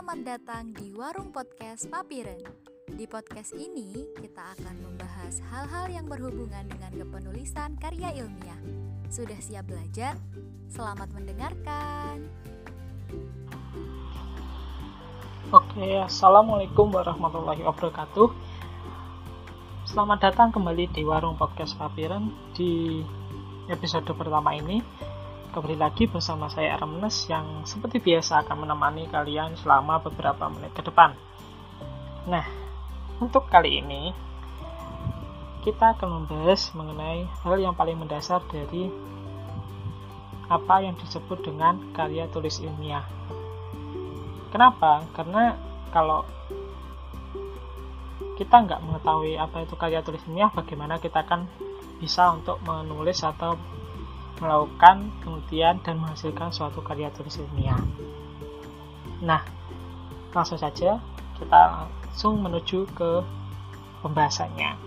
Selamat datang di Warung Podcast Papiren. Di podcast ini, kita akan membahas hal-hal yang berhubungan dengan kepenulisan karya ilmiah. Sudah siap belajar? Selamat mendengarkan. Oke, Assalamualaikum warahmatullahi wabarakatuh. Selamat datang kembali di Warung Podcast Papiren. Di episode pertama ini, kembali lagi bersama saya Armenes yang seperti biasa akan menemani kalian selama beberapa menit ke depan. Nah, untuk kali ini kita akan membahas mengenai hal yang paling mendasar dari apa yang disebut dengan karya tulis ilmiah. Kenapa? Karena kalau kita nggak mengetahui apa itu karya tulis ilmiah, bagaimana kita akan bisa untuk menulis atau melakukan penelitian dan menghasilkan suatu karya tulis ilmiah. Nah, langsung saja kita langsung menuju ke pembahasannya.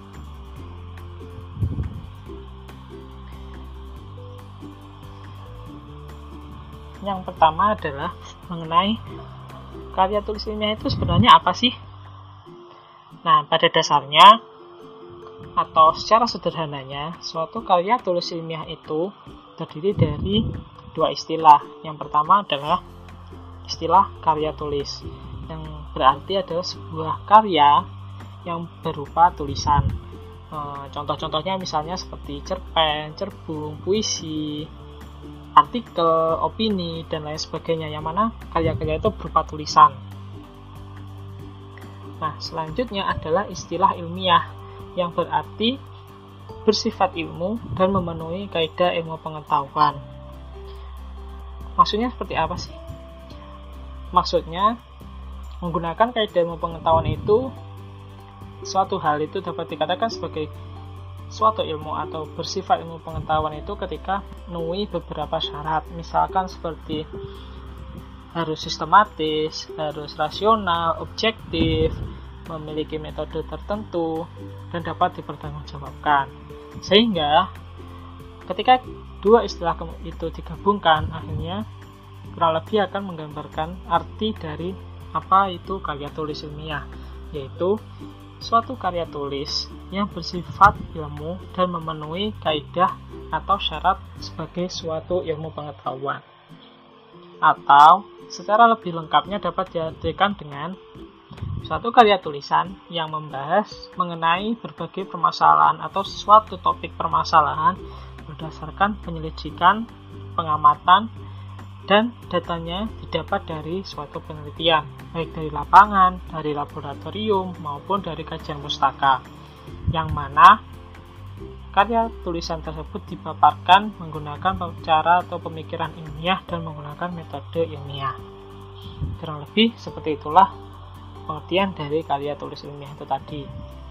Yang pertama adalah mengenai karya tulis ilmiah itu sebenarnya apa sih? Nah, pada dasarnya atau secara sederhananya, suatu karya tulis ilmiah itu terdiri dari dua istilah. Yang pertama adalah istilah karya tulis, yang berarti adalah sebuah karya yang berupa tulisan. Contoh-contohnya misalnya seperti cerpen, cerbung, puisi, artikel, opini, dan lain sebagainya, yang mana karya-karya itu berupa tulisan. Nah, selanjutnya adalah istilah ilmiah, yang berarti bersifat ilmu dan memenuhi kaidah ilmu pengetahuan. Maksudnya seperti apa sih? Maksudnya, menggunakan kaidah ilmu pengetahuan itu, suatu hal itu dapat dikatakan sebagai suatu ilmu atau bersifat ilmu pengetahuan itu ketika memenuhi beberapa syarat. Misalkan seperti harus sistematis, harus rasional, objektif, memiliki metode tertentu, dan dapat dipertanggungjawabkan. Sehingga ketika dua istilah itu digabungkan, akhirnya kurang lebih akan menggambarkan arti dari apa itu karya tulis ilmiah, yaitu suatu karya tulis yang bersifat ilmu dan memenuhi kaidah atau syarat sebagai suatu ilmu pengetahuan. Atau secara lebih lengkapnya dapat diartikan dengan suatu karya tulisan yang membahas mengenai berbagai permasalahan atau suatu topik permasalahan berdasarkan penyelidikan, pengamatan, dan datanya didapat dari suatu penelitian, baik dari lapangan, dari laboratorium, maupun dari kajian pustaka, yang mana karya tulisan tersebut dipaparkan menggunakan cara atau pemikiran ilmiah dan menggunakan metode ilmiah. Kurang lebih seperti itulah pengertian dari karya tulis ilmiah itu tadi.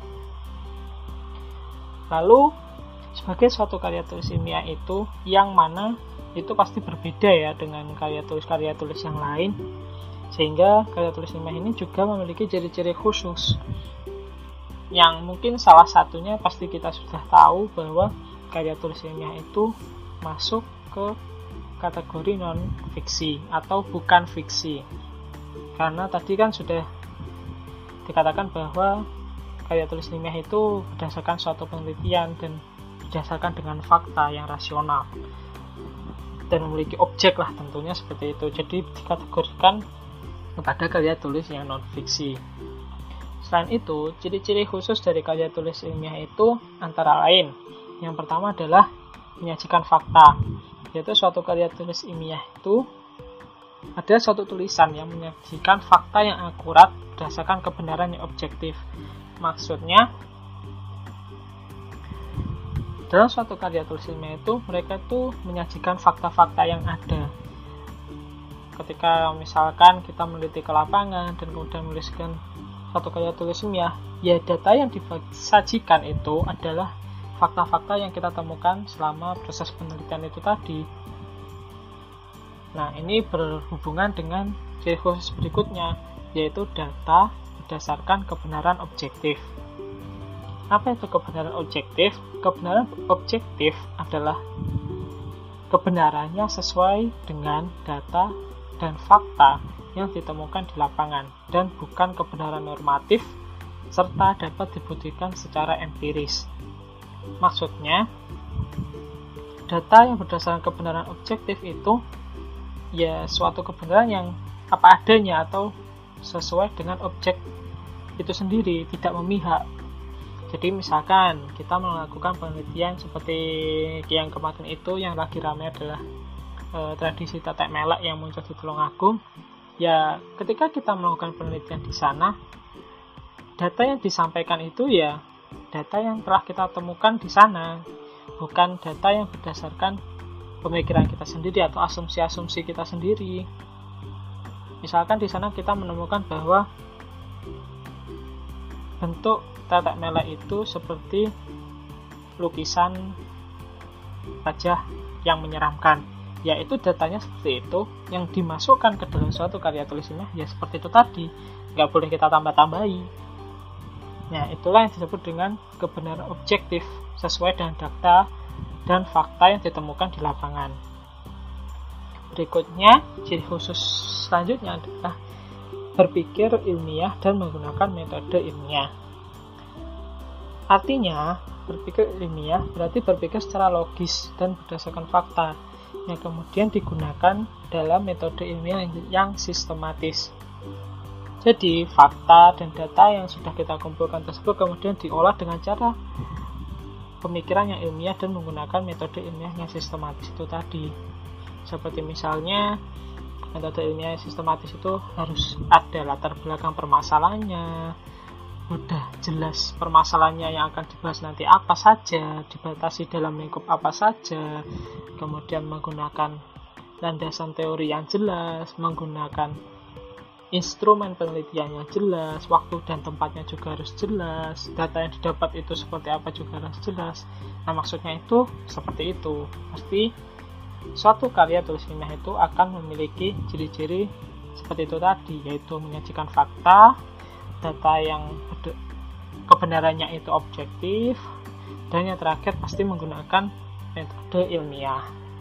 Lalu, sebagai suatu karya tulis ilmiah itu, yang mana itu pasti berbeda ya dengan karya tulis yang lain, sehingga karya tulis ilmiah ini juga memiliki ciri-ciri khusus, yang mungkin salah satunya pasti kita sudah tahu bahwa karya tulis ilmiah itu masuk ke kategori non-fiksi atau bukan fiksi. Karena tadi kan sudah dikatakan bahwa karya tulis ilmiah itu berdasarkan suatu penelitian dan berdasarkan dengan fakta yang rasional dan memiliki objek lah, tentunya seperti itu. Jadi dikategorikan kepada karya tulis yang non-fiksi. Selain itu, ciri-ciri khusus dari karya tulis ilmiah itu antara lain, yang pertama adalah menyajikan fakta, yaitu suatu karya tulis ilmiah itu ada suatu tulisan yang menyajikan fakta yang akurat berdasarkan kebenaran yang objektif. Maksudnya, dalam suatu karya tulis ilmiah itu, mereka itu menyajikan fakta-fakta yang ada. Ketika misalkan kita meneliti ke lapangan dan kemudian menuliskan suatu karya tulis ilmiah, ya data yang disajikan itu adalah fakta-fakta yang kita temukan selama proses penelitian itu tadi. Nah, ini berhubungan dengan ciri khusus berikutnya, yaitu data berdasarkan kebenaran objektif. Apa itu kebenaran objektif? Kebenaran objektif adalah kebenarannya sesuai dengan data dan fakta yang ditemukan di lapangan dan bukan kebenaran normatif serta dapat dibuktikan secara empiris. Maksudnya, data yang berdasarkan kebenaran objektif itu ya suatu kebenaran yang apa adanya atau sesuai dengan objek itu sendiri, tidak memihak. Jadi misalkan kita melakukan penelitian seperti yang kemarin itu yang lagi ramai adalah tradisi tetek melek yang muncul di Tulungagung. Ya, ketika kita melakukan penelitian di sana, data yang disampaikan itu ya data yang telah kita temukan di sana, bukan data yang berdasarkan pemikiran kita sendiri atau asumsi-asumsi kita sendiri. Misalkan di sana kita menemukan bahwa bentuk tetek melek itu seperti lukisan wajah yang menyeramkan. Ya, itu datanya seperti itu, yang dimasukkan ke dalam suatu karya tulis ilmiah ya seperti itu tadi, nggak boleh kita tambah-tambahi. Nah, itulah yang disebut dengan kebenaran objektif sesuai dengan data dan fakta yang ditemukan di lapangan. Berikutnya, ciri khusus selanjutnya adalah berpikir ilmiah dan menggunakan metode ilmiah. Artinya, berpikir ilmiah berarti berpikir secara logis dan berdasarkan fakta yang kemudian digunakan dalam metode ilmiah yang sistematis. Jadi, fakta dan data yang sudah kita kumpulkan tersebut kemudian diolah dengan cara pemikiran yang ilmiah dan menggunakan metode ilmiah yang sistematis itu tadi. Seperti misalnya, metode ilmiah yang sistematis itu harus ada latar belakang permasalahannya, udah jelas permasalahannya yang akan dibahas nanti apa saja, dibatasi dalam lingkup apa saja, kemudian menggunakan landasan teori yang jelas, menggunakan instrumen penelitian yang jelas, waktu dan tempatnya juga harus jelas, data yang didapat itu seperti apa juga harus jelas. Nah, maksudnya itu seperti itu. Pasti suatu karya tulis ilmiah itu akan memiliki ciri-ciri seperti itu tadi, yaitu menyajikan fakta, data yang kebenarannya itu objektif, dan yang terakhir pasti menggunakan metode ilmiah.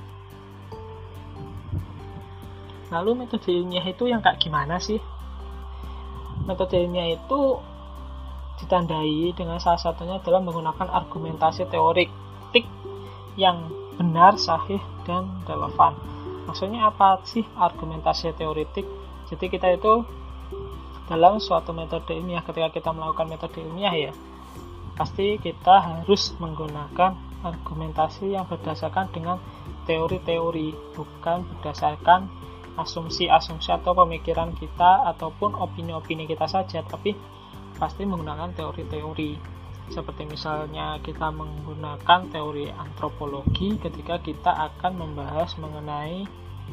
Lalu metode ilmiah itu yang kayak gimana sih? Metode ilmiah itu ditandai dengan salah satunya adalah menggunakan argumentasi teoretik yang benar, sahih, dan relevan. Maksudnya apa sih argumentasi teoretik? Jadi kita itu dalam suatu metode ilmiah, ketika kita melakukan metode ilmiah ya, pasti kita harus menggunakan argumentasi yang berdasarkan dengan teori-teori, bukan berdasarkan asumsi-asumsi atau pemikiran kita ataupun opini-opini kita saja, tapi pasti menggunakan teori-teori. Seperti misalnya kita menggunakan teori antropologi ketika kita akan membahas mengenai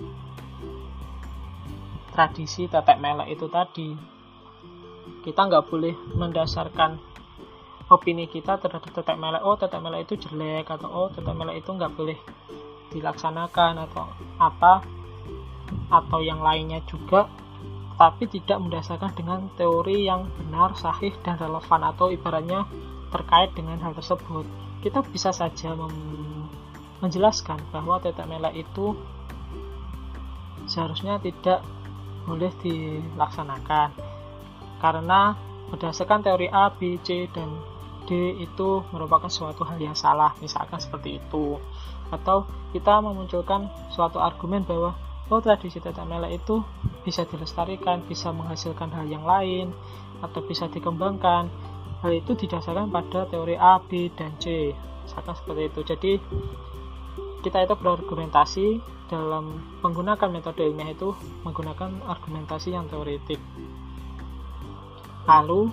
tradisi tetek melek itu tadi. Kita nggak boleh mendasarkan opini kita terhadap tetek melek, oh tetek melek itu jelek, atau oh tetek melek itu nggak boleh dilaksanakan, atau apa, atau yang lainnya juga, tapi tidak mendasarkan dengan teori yang benar, sahih, dan relevan, atau ibaratnya terkait dengan hal tersebut. Kita bisa saja menjelaskan bahwa tetek melek itu seharusnya tidak boleh dilaksanakan karena berdasarkan teori A, B, C, dan D itu merupakan suatu hal yang salah, misalkan seperti itu. Atau kita memunculkan suatu argumen bahwa tradisi tetek melek itu bisa dilestarikan, bisa menghasilkan hal yang lain, atau bisa dikembangkan. Hal itu didasarkan pada teori A, B, dan C, misalkan seperti itu. Jadi kita itu berargumentasi dalam menggunakan metode ilmiah itu menggunakan argumentasi yang teoretik. Lalu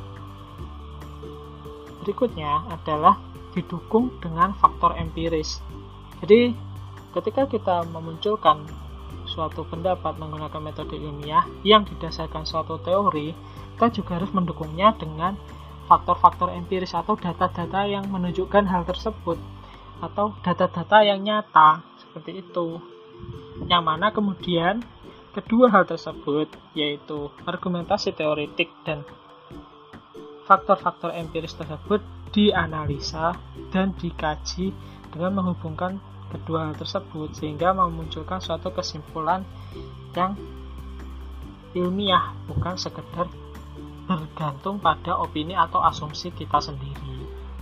berikutnya adalah didukung dengan faktor empiris. Jadi ketika kita memunculkan suatu pendapat menggunakan metode ilmiah yang didasarkan suatu teori, kita juga harus mendukungnya dengan faktor-faktor empiris atau data-data yang menunjukkan hal tersebut, atau data-data yang nyata seperti itu, yang mana kemudian kedua hal tersebut, yaitu argumentasi teoretik dan faktor-faktor empiris tersebut, dianalisa dan dikaji dengan menghubungkan kedua hal tersebut sehingga memunculkan suatu kesimpulan yang ilmiah, bukan sekedar bergantung pada opini atau asumsi kita sendiri.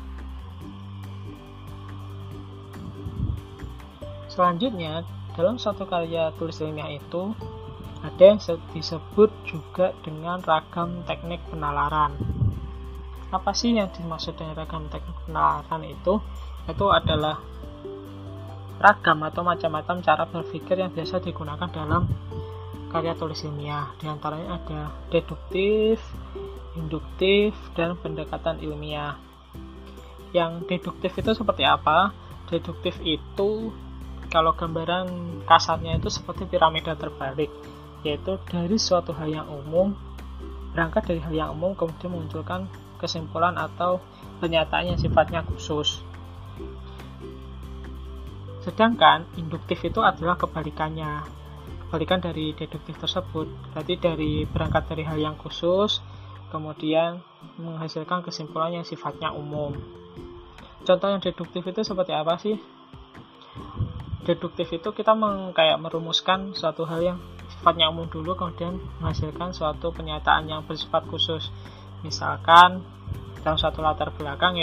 Selanjutnya, dalam suatu karya tulis ilmiah itu ada yang disebut juga dengan ragam teknik penalaran. Apa sih yang dimaksud dengan ragam teknik penalaran itu? Itu adalah ragam atau macam-macam cara berpikir yang biasa digunakan dalam karya tulis ilmiah. Di antaranya ada deduktif, induktif, dan pendekatan ilmiah. Yang deduktif itu seperti apa? Deduktif itu kalau gambaran kasarnya itu seperti piramida terbalik, yaitu dari suatu hal yang umum, berangkat dari hal yang umum kemudian memunculkan kesimpulan atau pernyataan yang sifatnya khusus. Sedangkan induktif itu adalah kebalikan dari deduktif tersebut. Berarti berangkat dari hal yang khusus, kemudian menghasilkan kesimpulan yang sifatnya umum. Contoh yang deduktif itu seperti apa sih? Deduktif itu kita merumuskan suatu hal yang sifatnya umum dulu, kemudian menghasilkan suatu pernyataan yang bersifat khusus. Misalkan dalam suatu latar belakang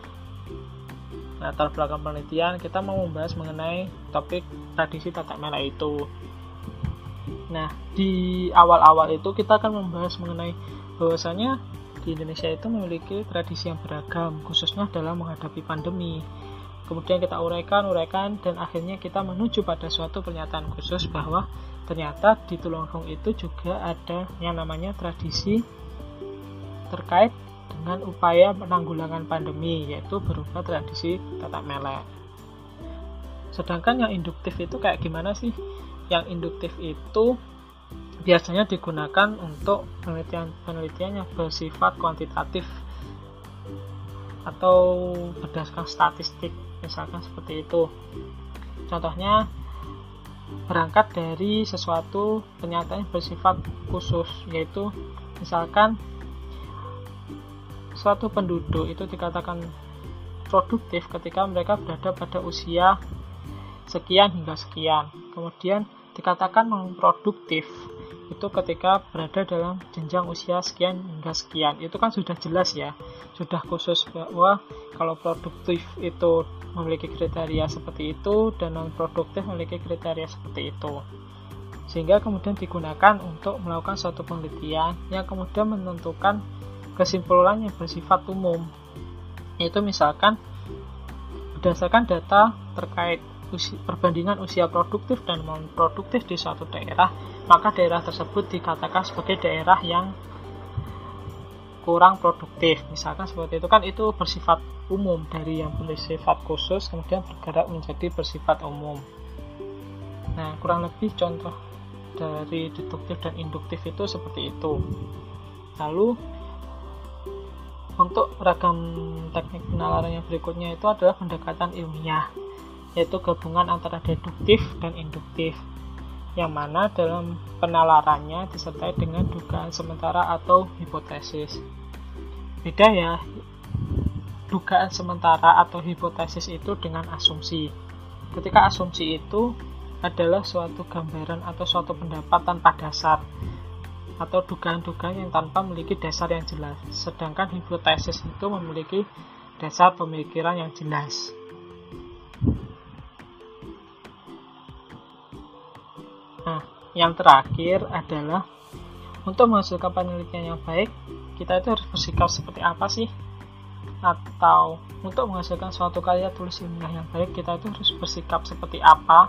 penelitian, kita mau membahas mengenai topik tradisi tatak mela itu. Nah, di awal-awal itu kita akan membahas mengenai bahwasanya di Indonesia itu memiliki tradisi yang beragam, khususnya dalam menghadapi pandemi. Kemudian kita uraikan, dan akhirnya kita menuju pada suatu pernyataan khusus bahwa ternyata di Tulungagung itu juga ada yang namanya tradisi terkait dengan upaya penanggulangan pandemi, yaitu berupa tradisi tatak mela. Sedangkan yang induktif itu kayak gimana sih? Yang induktif itu biasanya digunakan untuk penelitian yang bersifat kuantitatif atau berdasarkan statistik, misalkan seperti itu. Contohnya berangkat dari sesuatu pernyataan yang bersifat khusus, yaitu misalkan suatu penduduk itu dikatakan produktif ketika mereka berada pada usia sekian hingga sekian. Kemudian dikatakan non-produktif itu ketika berada dalam jenjang usia sekian hingga sekian. Itu kan sudah jelas ya, sudah khusus bahwa kalau produktif itu memiliki kriteria seperti itu dan non-produktif memiliki kriteria seperti itu. Sehingga kemudian digunakan untuk melakukan suatu penelitian yang kemudian menentukan kesimpulan yang bersifat umum. Yaitu misalkan berdasarkan data terkait perbandingan usia produktif dan non-produktif di suatu daerah, maka daerah tersebut dikatakan sebagai daerah yang kurang produktif. Misalkan seperti itu, kan itu bersifat umum, dari yang bersifat khusus kemudian bergerak menjadi bersifat umum. Nah, kurang lebih contoh dari deduktif dan induktif itu seperti itu. Lalu untuk ragam teknik penalaran yang berikutnya itu adalah pendekatan ilmiah, yaitu gabungan antara deduktif dan induktif, yang mana dalam penalarannya disertai dengan dugaan sementara atau hipotesis. Beda ya, dugaan sementara atau hipotesis itu dengan asumsi. Ketika asumsi itu adalah suatu gambaran atau suatu pendapat tanpa dasar, atau dugaan-dugaan yang tanpa memiliki dasar yang jelas. Sedangkan hipotesis itu memiliki dasar pemikiran yang jelas. Nah, yang terakhir adalah untuk menghasilkan penelitian yang baik, kita itu harus bersikap seperti apa sih? Atau untuk menghasilkan suatu karya tulis ilmiah yang baik, kita itu harus bersikap seperti apa?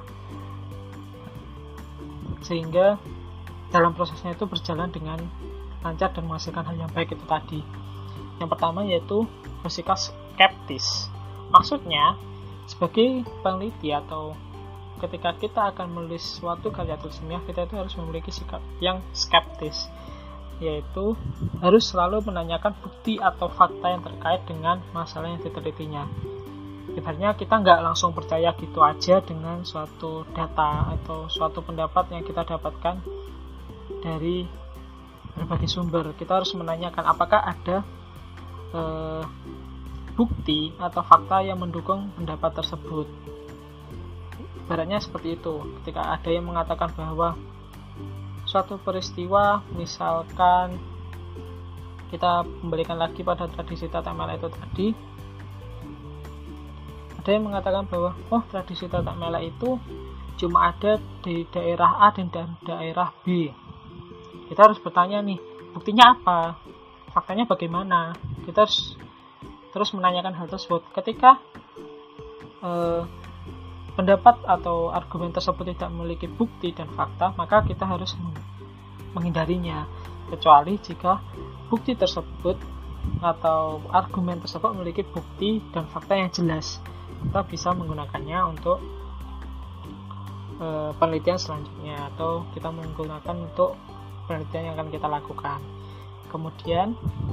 Sehingga dalam prosesnya itu berjalan dengan lancar dan menghasilkan hal yang baik itu tadi. Yang pertama yaitu bersikap skeptis. Maksudnya, sebagai peneliti atau ketika kita akan menulis suatu karya tulis ilmiah, kita itu harus memiliki sikap yang skeptis, yaitu harus selalu menanyakan bukti atau fakta yang terkait dengan masalah yang ditelitinya. Ibaratnya kita nggak langsung percaya gitu aja dengan suatu data atau suatu pendapat yang kita dapatkan dari berbagai sumber. Kita harus menanyakan apakah ada bukti atau fakta yang mendukung pendapat tersebut. Ibaratnya seperti itu, ketika ada yang mengatakan bahwa suatu peristiwa, misalkan kita kembalikan lagi pada tradisi tatak melek itu tadi, ada yang mengatakan bahwa tradisi tatak melek itu cuma ada di daerah A dan daerah B. Kita harus bertanya nih, buktinya apa? Faktanya bagaimana? Kita harus terus menanyakan hal tersebut. Ketika pendapat atau argumen tersebut tidak memiliki bukti dan fakta, maka kita harus menghindarinya, kecuali jika bukti tersebut atau argumen tersebut memiliki bukti dan fakta yang jelas. Kita bisa menggunakannya untuk penelitian selanjutnya, atau kita menggunakan untuk penelitian yang akan kita lakukan. Kemudian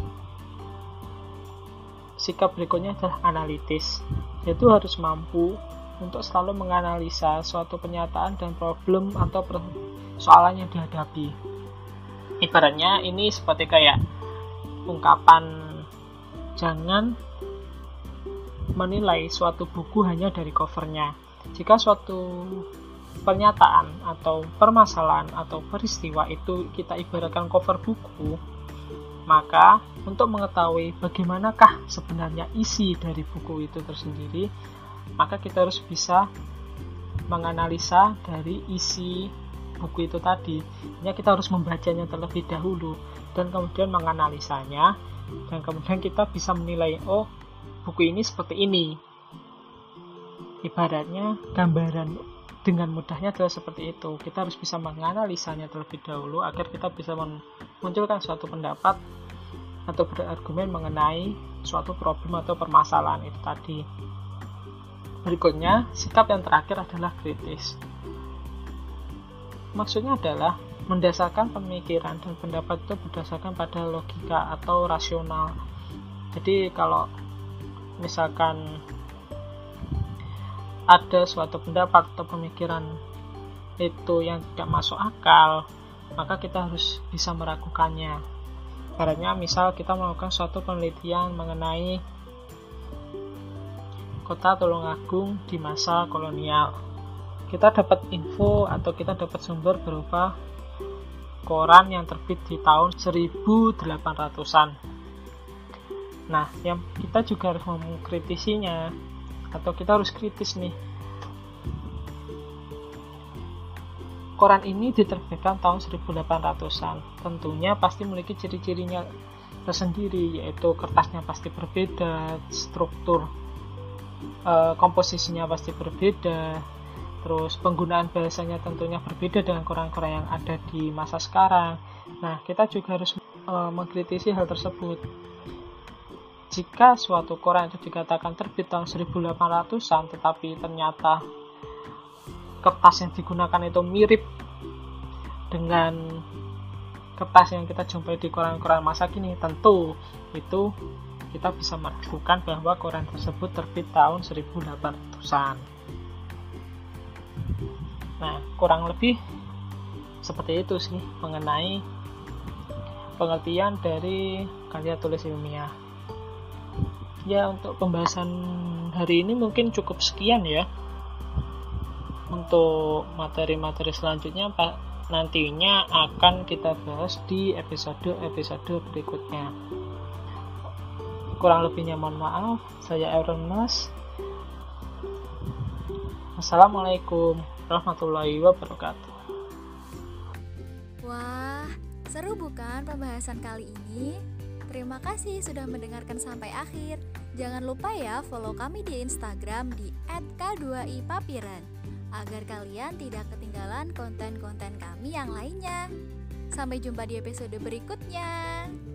sikap berikutnya adalah analitis, yaitu harus mampu untuk selalu menganalisa suatu kenyataan dan problem atau persoalan yang dihadapi. Ibaratnya ini seperti kayak ungkapan, jangan menilai suatu buku hanya dari covernya. Jika suatu pernyataan atau permasalahan atau peristiwa itu kita ibaratkan cover buku, maka untuk mengetahui bagaimanakah sebenarnya isi dari buku itu tersendiri, maka kita harus bisa menganalisa dari isi buku itu tadi. Kita harus membacanya terlebih dahulu dan kemudian menganalisanya, dan kemudian kita bisa menilai, buku ini seperti ini. Ibaratnya gambaran dengan mudahnya adalah seperti itu. Kita harus bisa menganalisanya terlebih dahulu agar kita bisa memunculkan suatu pendapat atau berargumen mengenai suatu problem atau permasalahan itu tadi. Berikutnya, sikap yang terakhir adalah kritis. Maksudnya adalah mendasarkan pemikiran dan pendapat itu berdasarkan pada logika atau rasional. Jadi kalau misalkan ada suatu pendapat atau pemikiran itu yang tidak masuk akal, maka kita harus bisa meragukannya. Karena misal kita melakukan suatu penelitian mengenai kota Tulungagung di masa kolonial. Kita dapat info atau kita dapat sumber berupa koran yang terbit di tahun 1800-an. Nah, yang kita juga harus mengkritisinya, atau kita harus kritis nih. Koran ini diterbitkan tahun 1800-an. Tentunya pasti memiliki ciri-cirinya tersendiri, yaitu kertasnya pasti berbeda, struktur komposisinya pasti berbeda, terus penggunaan bahasanya tentunya berbeda dengan koran-koran yang ada di masa sekarang. Nah, kita juga harus mengkritisi hal tersebut. Jika suatu koran itu dikatakan terbit tahun 1800-an, tetapi ternyata kertas yang digunakan itu mirip dengan kertas yang kita jumpai di koran-koran masa kini, tentu itu kita bisa meragukan bahwa koran tersebut terbit tahun 1800-an. Nah, kurang lebih seperti itu sih mengenai pengertian dari karya tulis ilmiah. Ya, untuk pembahasan hari ini mungkin cukup sekian ya. Untuk materi-materi selanjutnya nantinya akan kita bahas di episode berikutnya. Kurang lebihnya mohon maaf. Saya Aaron Mas. Assalamualaikum warahmatullahi wabarakatuh. Wah, seru bukan pembahasan kali ini? Terima kasih sudah mendengarkan sampai akhir. Jangan lupa ya follow kami di Instagram di @k2ipapiren agar kalian tidak ketinggalan konten-konten kami yang lainnya. Sampai jumpa di episode berikutnya.